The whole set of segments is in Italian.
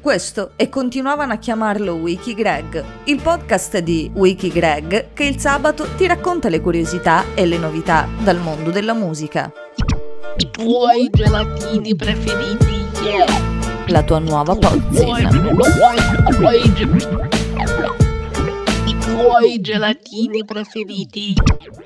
Questo e continuavano a chiamarlo Wiki Greg, il podcast di Wiki Greg che il sabato ti racconta le curiosità e le novità dal mondo della musica. I tuoi gelatini preferiti, La tua nuova pozzina. I tuoi gelatini preferiti.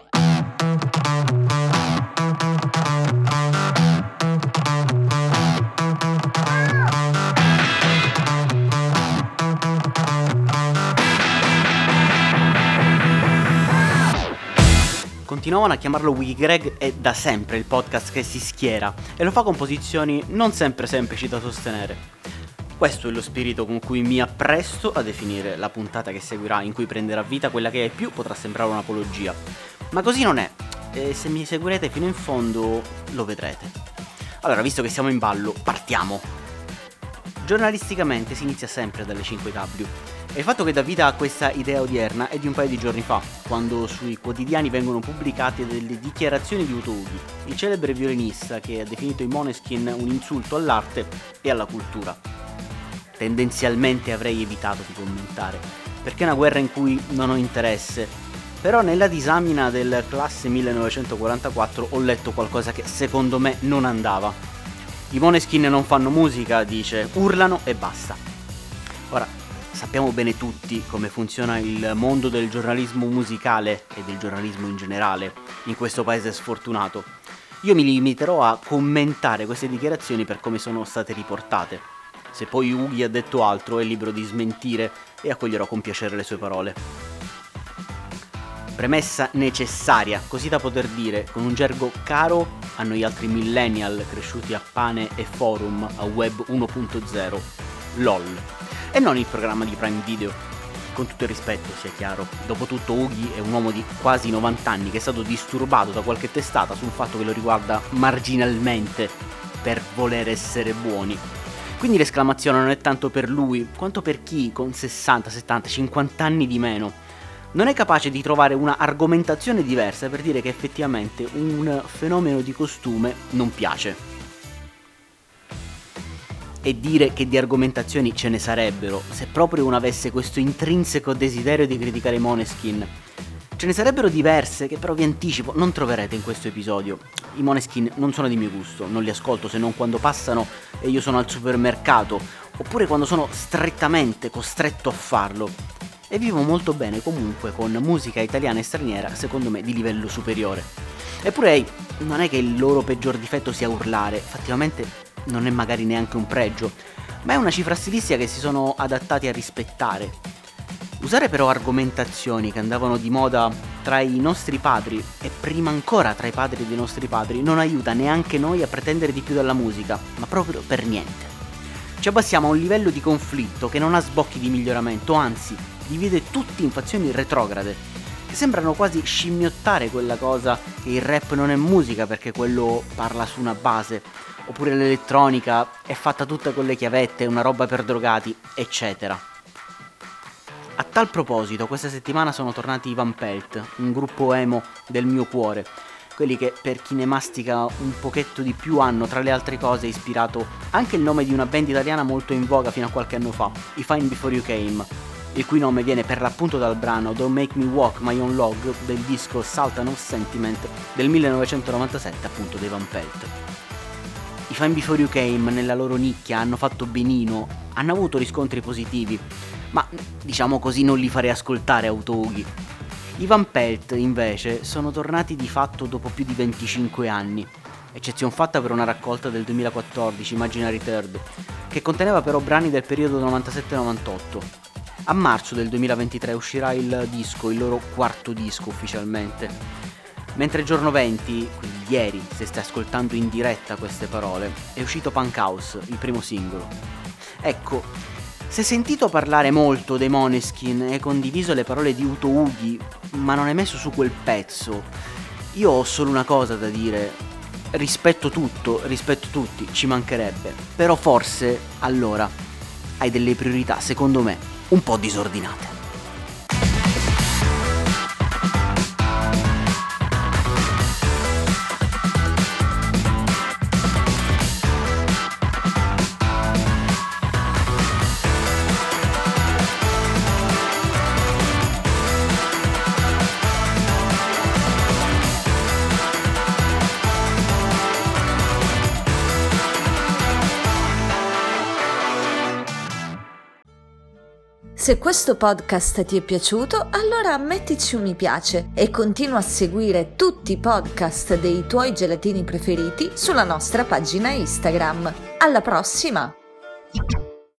Continuavano a chiamarlo Wiki Greg è da sempre il podcast che si schiera e lo fa con posizioni non sempre semplici da sostenere. Questo è lo spirito con cui mi appresto a definire la puntata che seguirà, in cui prenderà vita quella che ai più potrà sembrare un'apologia. Ma così non è, e se mi seguirete fino in fondo lo vedrete. Allora, visto che siamo in ballo, partiamo! Giornalisticamente si inizia sempre dalle 5W. E il fatto che dà vita a questa idea odierna è di un paio di giorni fa, quando sui quotidiani vengono pubblicate delle dichiarazioni di Uto Ughi, il celebre violinista che ha definito i Måneskin un insulto all'arte e alla cultura. Tendenzialmente avrei evitato di commentare, perché è una guerra in cui non ho interesse, però nella disamina del classe 1944 ho letto qualcosa che secondo me non andava. I Måneskin non fanno musica, dice, urlano e basta. Ora, sappiamo bene tutti come funziona il mondo del giornalismo musicale e del giornalismo in generale in questo paese sfortunato. Io mi limiterò a commentare queste dichiarazioni per come sono state riportate. Se poi Ughi ha detto altro è libero di smentire e accoglierò con piacere le sue parole. Premessa necessaria, così da poter dire, con un gergo caro a noi altri millennial cresciuti a pane e forum, a web 1.0, LOL. E non il programma di Prime Video. Con tutto il rispetto, sia chiaro. Dopotutto Ughi è un uomo di quasi 90 anni che è stato disturbato da qualche testata sul fatto che lo riguarda marginalmente per voler essere buoni. Quindi l'esclamazione non è tanto per lui, quanto per chi con 60, 70, 50 anni di meno non è capace di trovare una argomentazione diversa per dire che effettivamente un fenomeno di costume non piace. E dire che di argomentazioni ce ne sarebbero, se proprio uno avesse questo intrinseco desiderio di criticare i Måneskin. Ce ne sarebbero diverse che però vi anticipo non troverete in questo episodio. I Måneskin non sono di mio gusto, non li ascolto se non quando passano e io sono al supermercato, oppure quando sono strettamente costretto a farlo. E vivo molto bene comunque con musica italiana e straniera, secondo me di livello superiore. Eppure non è che il loro peggior difetto sia urlare, effettivamente non è magari neanche un pregio, ma è una cifra stilistica che si sono adattati a rispettare. Usare però argomentazioni che andavano di moda tra i nostri padri e prima ancora tra i padri dei nostri padri non aiuta neanche noi a pretendere di più dalla musica, ma proprio per niente. Ci abbassiamo a un livello di conflitto che non ha sbocchi di miglioramento, anzi divide tutti in fazioni retrograde, che sembrano quasi scimmiottare quella cosa che il rap non è musica perché quello parla su una base, oppure l'elettronica è fatta tutta con le chiavette, una roba per drogati, eccetera. A tal proposito, questa settimana sono tornati i Van Pelt, un gruppo emo del mio cuore, quelli che per chi ne mastica un pochetto di più hanno, tra le altre cose, ispirato anche il nome di una band italiana molto in voga fino a qualche anno fa, i Fine Before You Came, il cui nome viene per l'appunto dal brano Don't Make Me Walk My Own Log del disco Sultan of Sentiment del 1997, appunto dei Van Pelt. I Fine Before You Came nella loro nicchia hanno fatto benino, hanno avuto riscontri positivi, ma diciamo così non li farei ascoltare a Uto Ughi. I Van Pelt invece sono tornati di fatto dopo più di 25 anni, eccezion fatta per una raccolta del 2014, Imaginary Third, che conteneva però brani del periodo 97-98. A marzo del 2023 uscirà il disco, il loro quarto disco ufficialmente. Mentre il giorno 20, quindi ieri, se stai ascoltando in diretta queste parole, è uscito Punk House, il primo singolo. Ecco, se hai sentito parlare molto dei Måneskin e hai condiviso le parole di Uto Ughi, ma non hai messo su quel pezzo, io ho solo una cosa da dire. Rispetto tutto, rispetto tutti, ci mancherebbe. Però forse, allora, hai delle priorità, secondo me, un po' disordinate. Se questo podcast ti è piaciuto, allora mettici un mi piace e continua a seguire tutti i podcast dei tuoi gelatini preferiti sulla nostra pagina Instagram. Alla prossima!